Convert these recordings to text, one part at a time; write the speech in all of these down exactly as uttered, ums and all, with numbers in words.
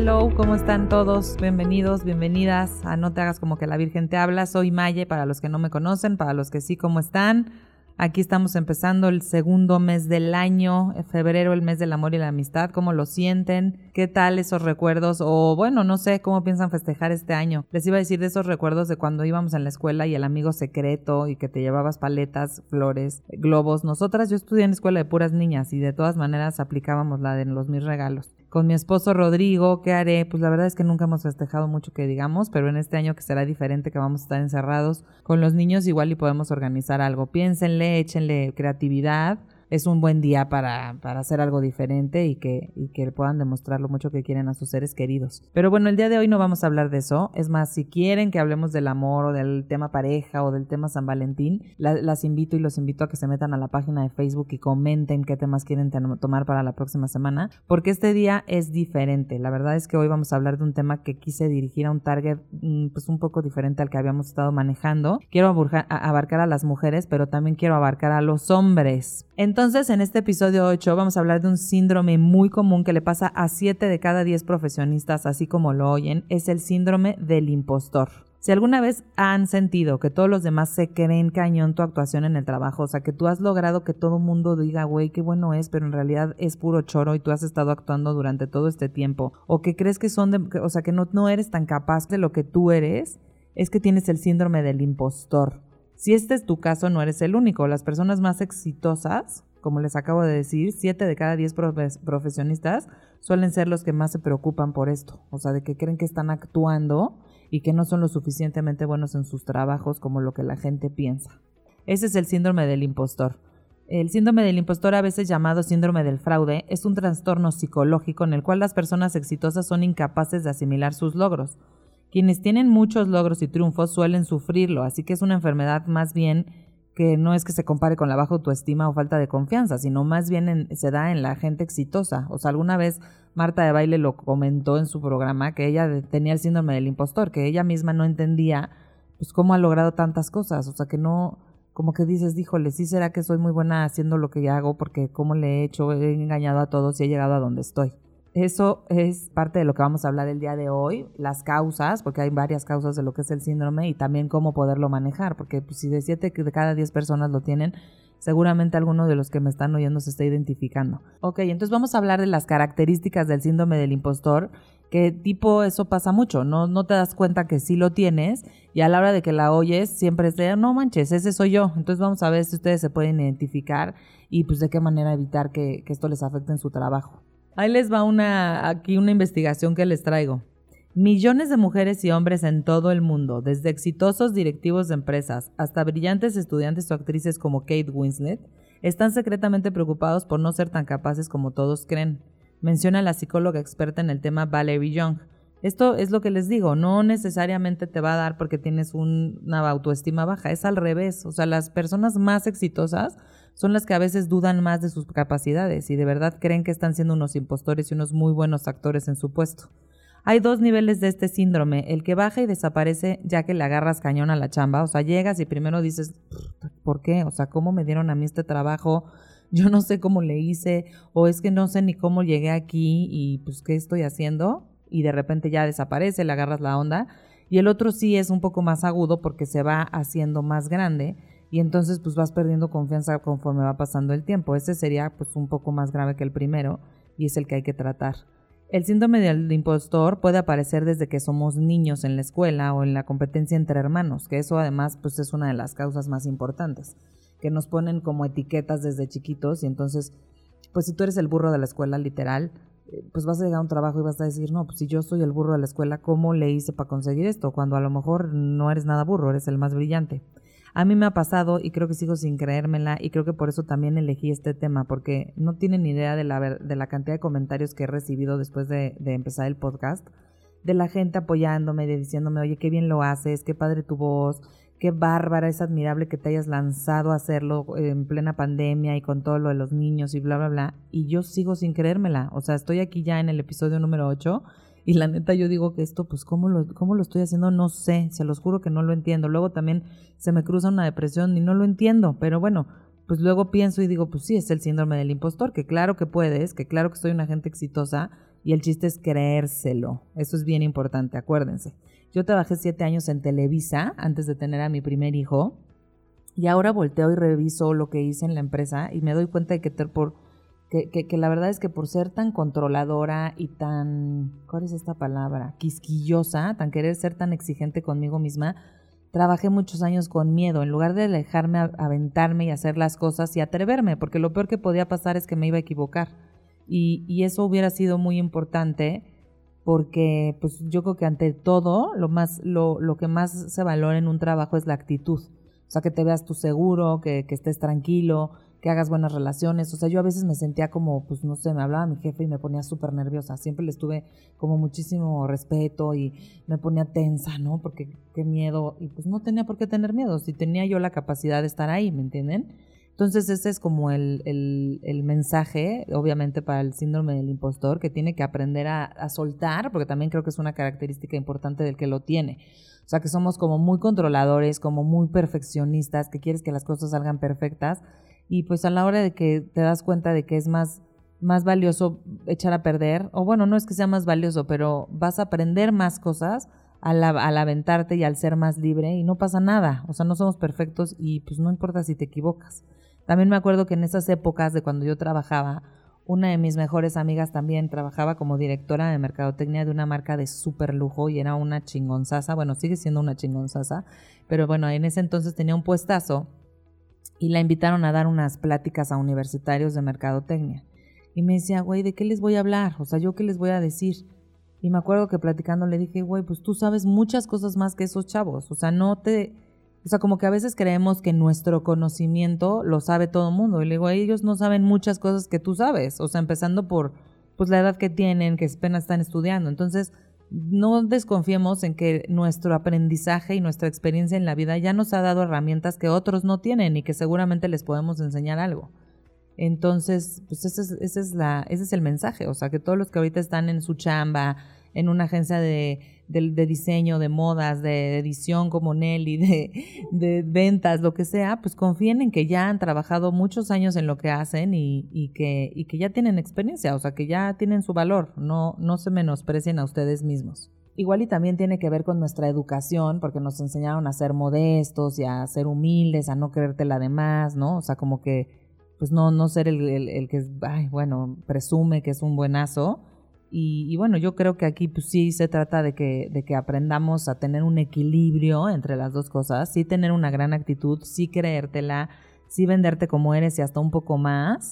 hello, ¿cómo están todos? Bienvenidos, bienvenidas a No te hagas como que la Virgen te habla. Soy Maye, para los que no me conocen, para los que sí, ¿cómo están? Aquí estamos empezando el segundo mes del año, febrero, el mes del amor y la amistad. ¿Cómo lo sienten? ¿Qué tal esos recuerdos? O bueno, no sé, ¿cómo piensan festejar este año? Les iba a decir de esos recuerdos de cuando íbamos en la escuela y el amigo secreto y que te llevabas paletas, flores, globos. Nosotras, yo estudié en escuela de puras niñas y de todas maneras aplicábamos la de los mis regalos. Con mi esposo Rodrigo, ¿qué haré? Pues la verdad es que nunca hemos festejado mucho que digamos, pero en este año que será diferente, que vamos a estar encerrados con los niños, igual y podemos organizar algo. Piénsenle, échenle creatividad. Es un buen día para, para hacer algo diferente y que, y que puedan demostrar lo mucho que quieren a sus seres queridos. Pero bueno, el día de hoy no vamos a hablar de eso. Es más, si quieren que hablemos del amor o del tema pareja o del tema San Valentín, la, las invito y los invito a que se metan a la página de Facebook y comenten qué temas quieren ten- tomar para la próxima semana, porque este día es diferente. La verdad es que hoy vamos a hablar de un tema que quise dirigir a un target pues un poco diferente al que habíamos estado manejando. Quiero abarcar, abarcar a las mujeres, pero también quiero abarcar a los hombres. Entonces, en este episodio ocho vamos a hablar de un síndrome muy común que le pasa a siete de cada diez profesionistas, así como lo oyen, es el síndrome del impostor. Si alguna vez han sentido que todos los demás se creen cañón tu actuación en el trabajo, o sea, que tú has logrado que todo mundo diga, güey, qué bueno es, pero en realidad es puro choro y tú has estado actuando durante todo este tiempo, o que crees que son, de, o sea, que no, no eres tan capaz de lo que tú eres, es que tienes el síndrome del impostor. Si este es tu caso, no eres el único. Las personas más exitosas, como les acabo de decir, siete de cada diez profe- profesionistas suelen ser los que más se preocupan por esto. O sea, de que creen que están actuando y que no son lo suficientemente buenos en sus trabajos como lo que la gente piensa. Ese es el síndrome del impostor. El síndrome del impostor, a veces llamado síndrome del fraude, es un trastorno psicológico en el cual las personas exitosas son incapaces de asimilar sus logros. Quienes tienen muchos logros y triunfos suelen sufrirlo, así que es una enfermedad más bien que no es que se compare con la baja autoestima o falta de confianza, sino más bien en, se da en la gente exitosa. O sea, alguna vez Marta de Baile lo comentó en su programa, que ella de, tenía el síndrome del impostor, que ella misma no entendía pues cómo ha logrado tantas cosas. O sea, que no, como que dices, díjole, sí será que soy muy buena haciendo lo que hago, porque cómo le he hecho, he engañado a todos y he llegado a donde estoy. Eso es parte de lo que vamos a hablar el día de hoy, las causas, porque hay varias causas de lo que es el síndrome y también cómo poderlo manejar, porque pues, si de siete de cada diez personas lo tienen, seguramente alguno de los que me están oyendo se está identificando. Ok, entonces vamos a hablar de las características del síndrome del impostor, que tipo eso pasa mucho, no, no te das cuenta que sí lo tienes y a la hora de que la oyes siempre es de, no manches, ese soy yo. Entonces vamos a ver si ustedes se pueden identificar y pues de qué manera evitar que, que esto les afecte en su trabajo. Ahí les va una, aquí una investigación que les traigo. Millones de mujeres y hombres en todo el mundo, desde exitosos directivos de empresas hasta brillantes estudiantes o actrices como Kate Winslet, están secretamente preocupados por no ser tan capaces como todos creen, menciona la psicóloga experta en el tema Valerie Young. Esto es lo que les digo, no necesariamente te va a dar porque tienes un, una autoestima baja, es al revés. O sea, las personas más exitosas son las que a veces dudan más de sus capacidades y de verdad creen que están siendo unos impostores y unos muy buenos actores en su puesto. Hay dos niveles de este síndrome, el que baja y desaparece ya que le agarras cañón a la chamba. O sea, llegas y primero dices, ¿por qué? O sea, ¿cómo me dieron a mí este trabajo? Yo no sé cómo le hice, o es que no sé ni cómo llegué aquí y pues ¿qué estoy haciendo? Y de repente ya desaparece, le agarras la onda. Y el otro sí es un poco más agudo porque se va haciendo más grande y entonces pues vas perdiendo confianza conforme va pasando el tiempo. Ese sería pues un poco más grave que el primero y es el que hay que tratar. El síndrome del impostor puede aparecer desde que somos niños en la escuela o en la competencia entre hermanos, que eso además pues es una de las causas más importantes, que nos ponen como etiquetas desde chiquitos y entonces pues si tú eres el burro de la escuela literal, pues vas a llegar a un trabajo y vas a decir, no, pues si yo soy el burro de la escuela, ¿cómo le hice para conseguir esto? Cuando a lo mejor no eres nada burro, eres el más brillante. A mí me ha pasado y creo que sigo sin creérmela y creo que por eso también elegí este tema, porque no tienen ni idea de la, de la cantidad de comentarios que he recibido después de, de empezar el podcast, de la gente apoyándome, de diciéndome, oye, qué bien lo haces, qué padre tu voz, qué bárbara, es admirable que te hayas lanzado a hacerlo en plena pandemia y con todo lo de los niños y bla, bla, bla. Y yo sigo sin creérmela. O sea, estoy aquí ya en el episodio número ocho y la neta yo digo que esto, pues, ¿cómo lo, cómo lo estoy haciendo? No sé, se los juro que no lo entiendo. Luego también se me cruza una depresión y no lo entiendo, pero bueno, pues luego pienso y digo, pues sí, es el síndrome del impostor, que claro que puedes, que claro que soy una gente exitosa y el chiste es creérselo. Eso es bien importante, acuérdense. Yo trabajé siete años en Televisa antes de tener a mi primer hijo y ahora volteo y reviso lo que hice en la empresa y me doy cuenta de que por que, que, que la verdad es que por ser tan controladora y tan, ¿cuál es esta palabra? Quisquillosa, tan querer ser tan exigente conmigo misma, trabajé muchos años con miedo, en lugar de dejarme a, aventarme y hacer las cosas y atreverme, porque lo peor que podía pasar es que me iba a equivocar. Y, y eso hubiera sido muy importante porque pues yo creo que ante todo lo, más, lo, lo que más se valora en un trabajo es la actitud. O sea, que te veas tú seguro, que, que estés tranquilo, que hagas buenas relaciones. O sea, yo a veces me sentía como, pues no sé, me hablaba mi jefe y me ponía súper nerviosa. Siempre le tuve como muchísimo respeto y me ponía tensa, ¿no? Porque qué miedo. Y pues no tenía por qué tener miedo, si tenía yo la capacidad de estar ahí, ¿me entienden? Entonces ese es como el, el, el mensaje, obviamente para el síndrome del impostor, que tiene que aprender a, a soltar, porque también creo que es una característica importante del que lo tiene. O sea, que somos como muy controladores, como muy perfeccionistas, que quieres que las cosas salgan perfectas. Y pues a la hora de que te das cuenta de que es más, más valioso echar a perder, o bueno, no es que sea más valioso, pero vas a aprender más cosas al, al aventarte y al ser más libre y no pasa nada. O sea, no somos perfectos y pues no importa si te equivocas. También me acuerdo que en esas épocas de cuando yo trabajaba, una de mis mejores amigas también trabajaba como directora de mercadotecnia de una marca de súper lujo y era una chingonzaza. Bueno, sigue siendo una chingonzaza, pero bueno, en ese entonces tenía un puestazo y la invitaron a dar unas pláticas a universitarios de mercadotecnia. Y me decía, güey, ¿de qué les voy a hablar? O sea, ¿yo qué les voy a decir? Y me acuerdo que platicando le dije, güey, pues tú sabes muchas cosas más que esos chavos. O sea, no te... O sea, como que a veces creemos que nuestro conocimiento lo sabe todo el mundo. Y le digo, ellos no saben muchas cosas que tú sabes. O sea, empezando por pues la edad que tienen, que apenas están estudiando. Entonces, no desconfiemos en que nuestro aprendizaje y nuestra experiencia en la vida ya nos ha dado herramientas que otros no tienen y que seguramente les podemos enseñar algo. Entonces, pues ese es, ese es, la, ese es el mensaje. O sea, que todos los que ahorita están en su chamba, en una agencia de, de, de diseño, de modas, de edición como Nelly, de, de ventas, lo que sea, pues confíen en que ya han trabajado muchos años en lo que hacen y, y, que, y que ya tienen experiencia, o sea, que ya tienen su valor, no, no se menosprecien a ustedes mismos. Igual y también tiene que ver con nuestra educación, porque nos enseñaron a ser modestos y a ser humildes, a no creértela de más, ¿no? O sea, como que, pues no, no ser el, el, el que, ay, bueno, presume que es un buenazo. Y, y bueno, yo creo que aquí pues sí se trata de que, de que aprendamos a tener un equilibrio entre las dos cosas, sí tener una gran actitud, sí creértela, sí venderte como eres y hasta un poco más,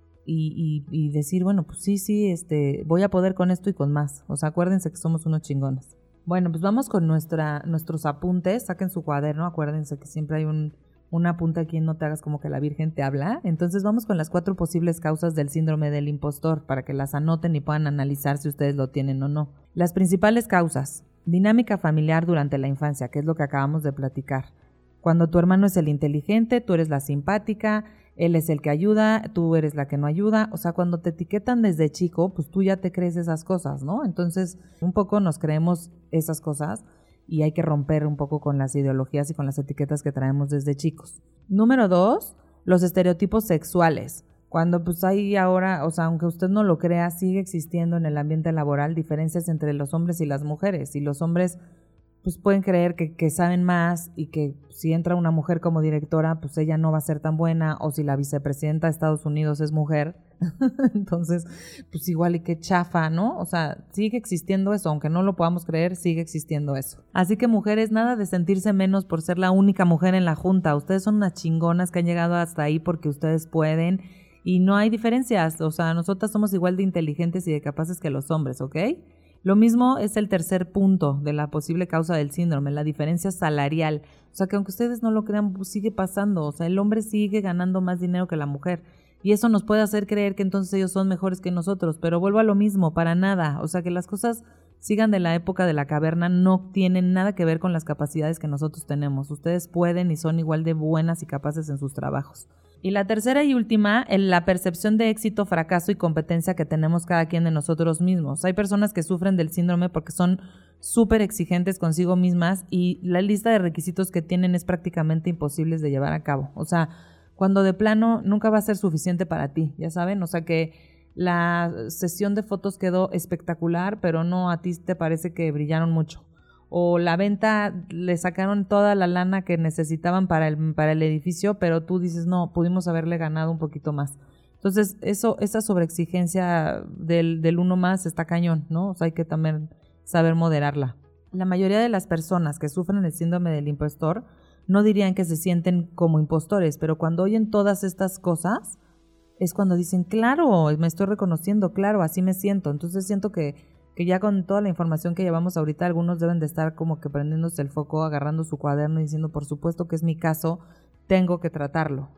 y, y, y decir, bueno, pues sí, sí, este, voy a poder con esto y con más. O sea, acuérdense que somos unos chingones. Bueno, pues vamos con nuestra, nuestros apuntes, saquen su cuaderno, acuérdense que siempre hay un... una punta aquí en No te hagas como que la Virgen te habla. Entonces vamos con las cuatro posibles causas del síndrome del impostor para que las anoten y puedan analizar si ustedes lo tienen o no. Las principales causas: dinámica familiar durante la infancia, que es lo que acabamos de platicar. Cuando tu hermano es el inteligente, tú eres la simpática, él es el que ayuda, tú eres la que no ayuda. O sea, cuando te etiquetan desde chico, pues tú ya te crees esas cosas, ¿no? Entonces, un poco nos creemos esas cosas y hay que romper un poco con las ideologías y con las etiquetas que traemos desde chicos. Número dos, los estereotipos sexuales. Cuando pues hay ahora, o sea, aunque usted no lo crea, sigue existiendo en el ambiente laboral diferencias entre los hombres y las mujeres. Y los hombres pues pueden creer que, que saben más y que si entra una mujer como directora, pues ella no va a ser tan buena, o si la vicepresidenta de Estados Unidos es mujer, entonces pues igual y que chafa, ¿no? O sea, sigue existiendo eso, aunque no lo podamos creer, sigue existiendo eso. Así que mujeres, nada de sentirse menos por ser la única mujer en la junta. Ustedes son unas chingonas que han llegado hasta ahí porque ustedes pueden y no hay diferencias. O sea, nosotras somos igual de inteligentes y de capaces que los hombres, ¿ok? Lo mismo es el tercer punto de la posible causa del síndrome, la diferencia salarial. O sea, que aunque ustedes no lo crean, pues sigue pasando. O sea, el hombre sigue ganando más dinero que la mujer. Y eso nos puede hacer creer que entonces ellos son mejores que nosotros. Pero vuelvo a lo mismo, para nada. O sea, que las cosas sigan de la época de la caverna no tienen nada que ver con las capacidades que nosotros tenemos. Ustedes pueden y son igual de buenas y capaces en sus trabajos. Y la tercera y última, la percepción de éxito, fracaso y competencia que tenemos cada quien de nosotros mismos. Hay personas que sufren del síndrome porque son súper exigentes consigo mismas y la lista de requisitos que tienen es prácticamente imposible de llevar a cabo. O sea, cuando de plano nunca va a ser suficiente para ti, ya saben. O sea que la sesión de fotos quedó espectacular, pero no, a ti te parece que brillaron mucho. O la venta le sacaron toda la lana que necesitaban para el, para el edificio, pero tú dices, no, pudimos haberle ganado un poquito más. Entonces, eso, esa sobreexigencia del, del uno más está cañón, ¿no? O sea, hay que también saber moderarla. La mayoría de las personas que sufren el síndrome del impostor no dirían que se sienten como impostores, pero cuando oyen todas estas cosas, es cuando dicen, claro, me estoy reconociendo, claro, así me siento. Entonces siento que, que ya con toda la información que llevamos ahorita, algunos deben de estar como que prendiéndose el foco, agarrando su cuaderno y diciendo, por supuesto que es mi caso, tengo que tratarlo.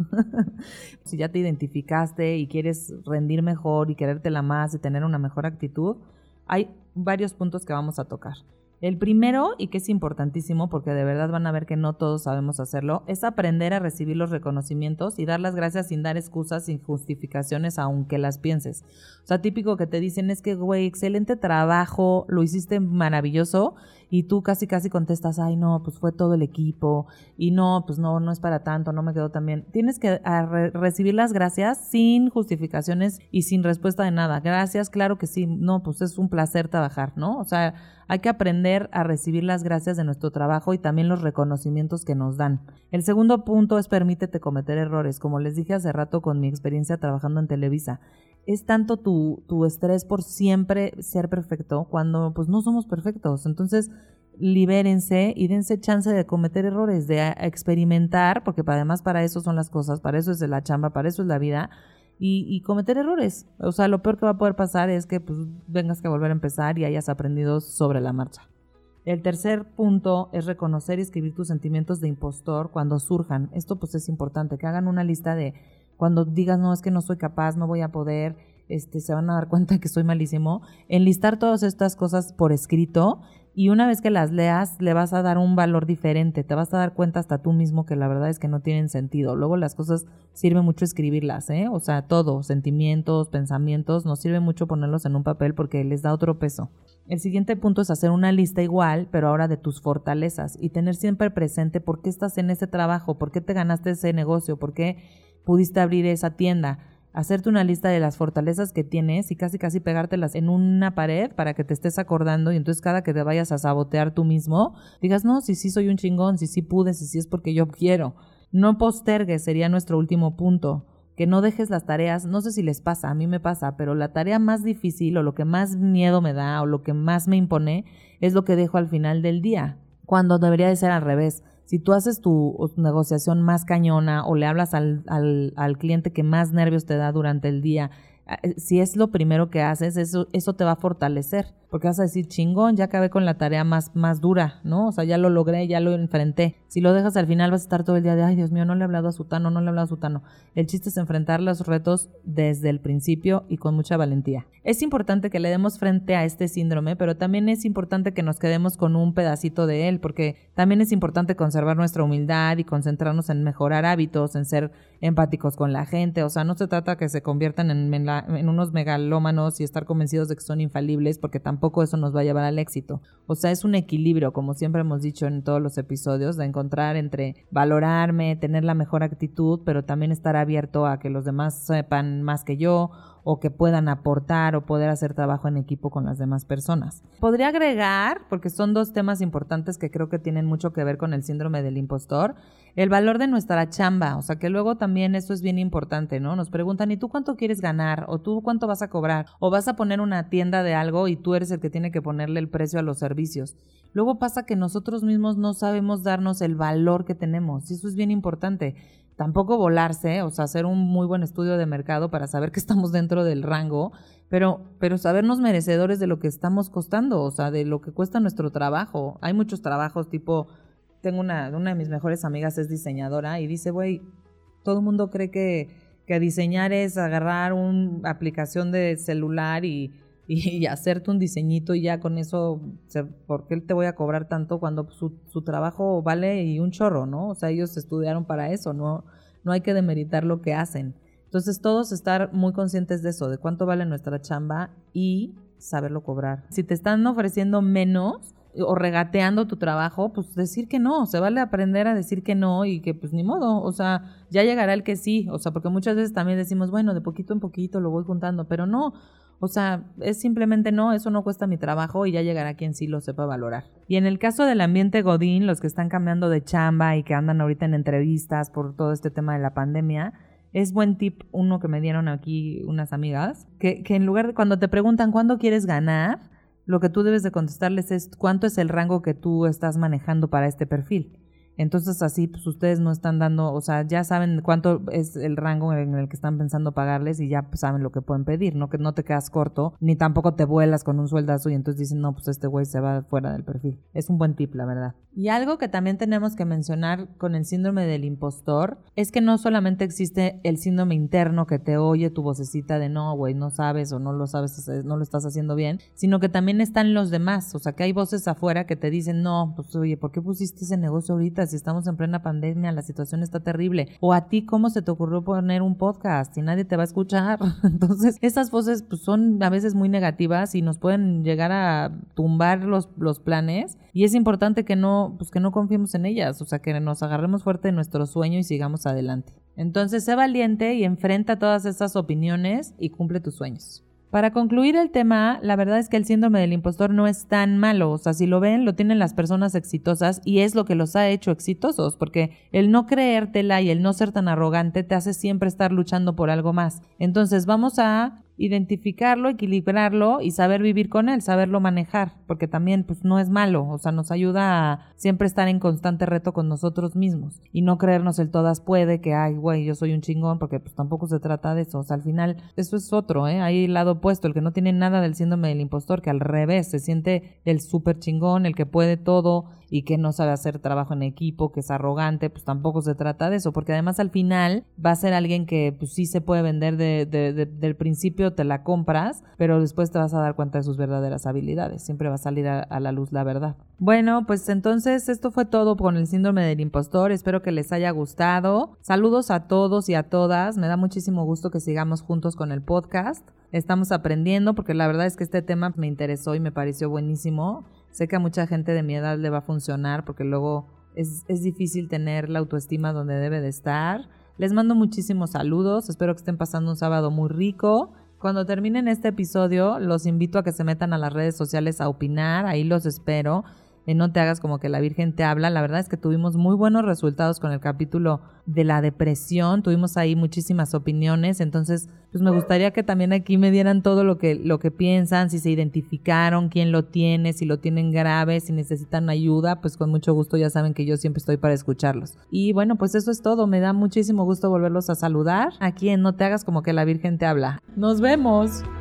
Si ya te identificaste y quieres rendir mejor y querértela más y tener una mejor actitud, hay varios puntos que vamos a tocar. El primero, y que es importantísimo porque de verdad van a ver que no todos sabemos hacerlo, es aprender a recibir los reconocimientos y dar las gracias sin dar excusas, sin justificaciones, aunque las pienses. O sea, típico que te dicen es que, güey, excelente trabajo, lo hiciste maravilloso, y tú casi casi contestas, ay no, pues fue todo el equipo, y no, pues no, no es para tanto, no me quedó tan bien. Tienes que re- recibir las gracias sin justificaciones y sin respuesta de nada. Gracias, claro que sí, no, pues es un placer trabajar, ¿no? O sea, hay que aprender a recibir las gracias de nuestro trabajo y también los reconocimientos que nos dan. El segundo punto es permítete cometer errores. Como les dije hace rato con mi experiencia trabajando en Televisa, es tanto tu, tu estrés por siempre ser perfecto cuando pues no somos perfectos. Entonces, libérense y dense chance de cometer errores, de experimentar, porque además para eso son las cosas, para eso es la chamba, para eso es la vida. Y, y cometer errores. O sea, lo peor que va a poder pasar es que pues vengas que volver a empezar y hayas aprendido sobre la marcha. El tercer punto es reconocer y escribir tus sentimientos de impostor cuando surjan. Esto pues es importante, que hagan una lista de cuando digas, no, es que no soy capaz, no voy a poder, este, se van a dar cuenta que soy malísimo. Enlistar todas estas cosas por escrito, y una vez que las leas le vas a dar un valor diferente, te vas a dar cuenta hasta tú mismo que la verdad es que no tienen sentido. Luego las cosas sirve mucho escribirlas, ¿eh? O sea, todo, sentimientos, pensamientos, nos sirve mucho ponerlos en un papel porque les da otro peso. El siguiente punto es hacer una lista igual, pero ahora de tus fortalezas, y tener siempre presente por qué estás en ese trabajo, por qué te ganaste ese negocio, por qué pudiste abrir esa tienda. Hacerte una lista de las fortalezas que tienes y casi casi pegártelas en una pared para que te estés acordando, y entonces cada que te vayas a sabotear tú mismo, digas, no, si sí soy un chingón, si sí pude, si sí es porque yo quiero. No postergues, sería nuestro último punto. Que no dejes las tareas, no sé si les pasa, a mí me pasa, pero la tarea más difícil o lo que más miedo me da o lo que más me impone es lo que dejo al final del día, cuando debería de ser al revés. Si tú haces tu negociación más cañona o le hablas al, al, al cliente que más nervios te da durante el día, si es lo primero que haces, eso, eso te va a fortalecer, porque vas a decir, chingón, ya acabé con la tarea más, más dura, ¿no? O sea, ya lo logré, ya lo enfrenté. Si lo dejas al final vas a estar todo el día de, ay, Dios mío, no le he hablado a Sutano, no le he hablado a Sutano. El chiste es enfrentar los retos desde el principio y con mucha valentía. Es importante que le demos frente a este síndrome, pero también es importante que nos quedemos con un pedacito de él, porque también es importante conservar nuestra humildad y concentrarnos en mejorar hábitos, en ser empáticos con la gente. O sea, no se trata que se conviertan en, en, la, en unos megalómanos y estar convencidos de que son infalibles, porque tampoco eso nos va a llevar al éxito. O sea, es un equilibrio, como siempre hemos dicho en todos los episodios, de encontrar entre valorarme, tener la mejor actitud, pero también estar abierto a que los demás sepan más que yo, o que puedan aportar o poder hacer trabajo en equipo con las demás personas. Podría agregar, porque son dos temas importantes que creo que tienen mucho que ver con el síndrome del impostor, el valor de nuestra chamba. O sea, que luego también eso es bien importante, ¿no? Nos preguntan, ¿y tú cuánto quieres ganar? ¿O tú cuánto vas a cobrar? ¿O vas a poner una tienda de algo y tú eres el que tiene que ponerle el precio a los servicios? Luego pasa que nosotros mismos no sabemos darnos el valor que tenemos, y eso es bien importante. Tampoco volarse, o sea, hacer un muy buen estudio de mercado para saber que estamos dentro del rango, pero, pero sabernos merecedores de lo que estamos costando, o sea, de lo que cuesta nuestro trabajo. Hay muchos trabajos tipo, tengo una, una de mis mejores amigas es diseñadora y dice, güey, todo el mundo cree que, que diseñar es agarrar una aplicación de celular y, y, y hacerte un diseñito y ya con eso, ¿por qué te voy a cobrar tanto cuando su, su trabajo vale y un chorro, ¿no? O sea, ellos estudiaron para eso, no, no hay que demeritar lo que hacen. Entonces, todos estar muy conscientes de eso, de cuánto vale nuestra chamba y saberlo cobrar. Si te están ofreciendo menos, o regateando tu trabajo, pues decir que no, se vale aprender a decir que no y que pues ni modo, o sea, ya llegará el que sí, o sea, porque muchas veces también decimos, bueno, de poquito en poquito lo voy juntando, pero no, o sea, es simplemente no, eso no cuesta mi trabajo y ya llegará quien sí lo sepa valorar. Y en el caso del ambiente godín, los que están cambiando de chamba y que andan ahorita en entrevistas por todo este tema de la pandemia, es buen tip uno que me dieron aquí unas amigas, que, que en lugar de cuando te preguntan cuándo quieres ganar, lo que tú debes de contestarles es cuánto es el rango que tú estás manejando para este perfil. Entonces así pues ustedes no están dando, o sea, ya saben cuánto es el rango en el que están pensando pagarles y ya pues, saben lo que pueden pedir, no que no te quedas corto, ni tampoco te vuelas con un sueldazo y entonces dicen, no, pues este güey se va fuera del perfil. Es un buen tip, la verdad. Y algo que también tenemos que mencionar con el síndrome del impostor es que no solamente existe el síndrome interno que te oye tu vocecita de no, güey, no sabes o no lo sabes, no lo estás haciendo bien, sino que también están los demás, o sea, que hay voces afuera que te dicen, no, pues oye, ¿por qué pusiste ese negocio ahorita? Si estamos en plena pandemia, la situación está terrible. O a ti, ¿cómo se te ocurrió poner un podcast? Y nadie te va a escuchar. Entonces, esas voces pues, son a veces muy negativas y nos pueden llegar a tumbar los, los planes. Y es importante que no, pues, que no confiemos en ellas. O sea, que nos agarremos fuerte de nuestro sueño y sigamos adelante. Entonces, sé valiente y enfrenta todas estas opiniones y cumple tus sueños. Para concluir el tema, la verdad es que el síndrome del impostor no es tan malo, o sea, si lo ven, lo tienen las personas exitosas y es lo que los ha hecho exitosos, porque el no creértela y el no ser tan arrogante te hace siempre estar luchando por algo más. Entonces vamos a identificarlo, equilibrarlo y saber vivir con él, saberlo manejar, porque también pues no es malo, o sea, nos ayuda a siempre estar en constante reto con nosotros mismos y no creernos el todas puede, que ay, güey, yo soy un chingón, porque pues tampoco se trata de eso, o sea, al final eso es otro, ¿eh? Hay el lado opuesto, el que no tiene nada del síndrome del impostor, que al revés, se siente el súper chingón, el que puede todo y que no sabe hacer trabajo en equipo, que es arrogante, pues tampoco se trata de eso, porque además al final va a ser alguien que pues sí se puede vender de, de, de, del principio, te la compras, pero después te vas a dar cuenta de sus verdaderas habilidades, siempre va a salir a, a la luz la verdad. Bueno, pues entonces esto fue todo con el síndrome del impostor, espero que les haya gustado, saludos a todos y a todas, me da muchísimo gusto que sigamos juntos con el podcast, estamos aprendiendo porque la verdad es que este tema me interesó y me pareció buenísimo. Sé que a mucha gente de mi edad le va a funcionar porque luego es, es difícil tener la autoestima donde debe de estar. Les mando muchísimos saludos, espero que estén pasando un sábado muy rico. Cuando terminen este episodio, los invito a que se metan a las redes sociales a opinar, ahí los espero. Eh, no te hagas como que la Virgen te habla. La verdad es que tuvimos muy buenos resultados con el capítulo de la depresión. Tuvimos ahí muchísimas opiniones. Entonces, pues me gustaría que también aquí me dieran todo lo que, lo que piensan, si se identificaron, quién lo tiene, si lo tienen grave, si necesitan ayuda, pues con mucho gusto ya saben que yo siempre estoy para escucharlos. Y bueno, pues eso es todo. Me da muchísimo gusto volverlos a saludar aquí en No te hagas como que la Virgen te habla. ¡Nos vemos!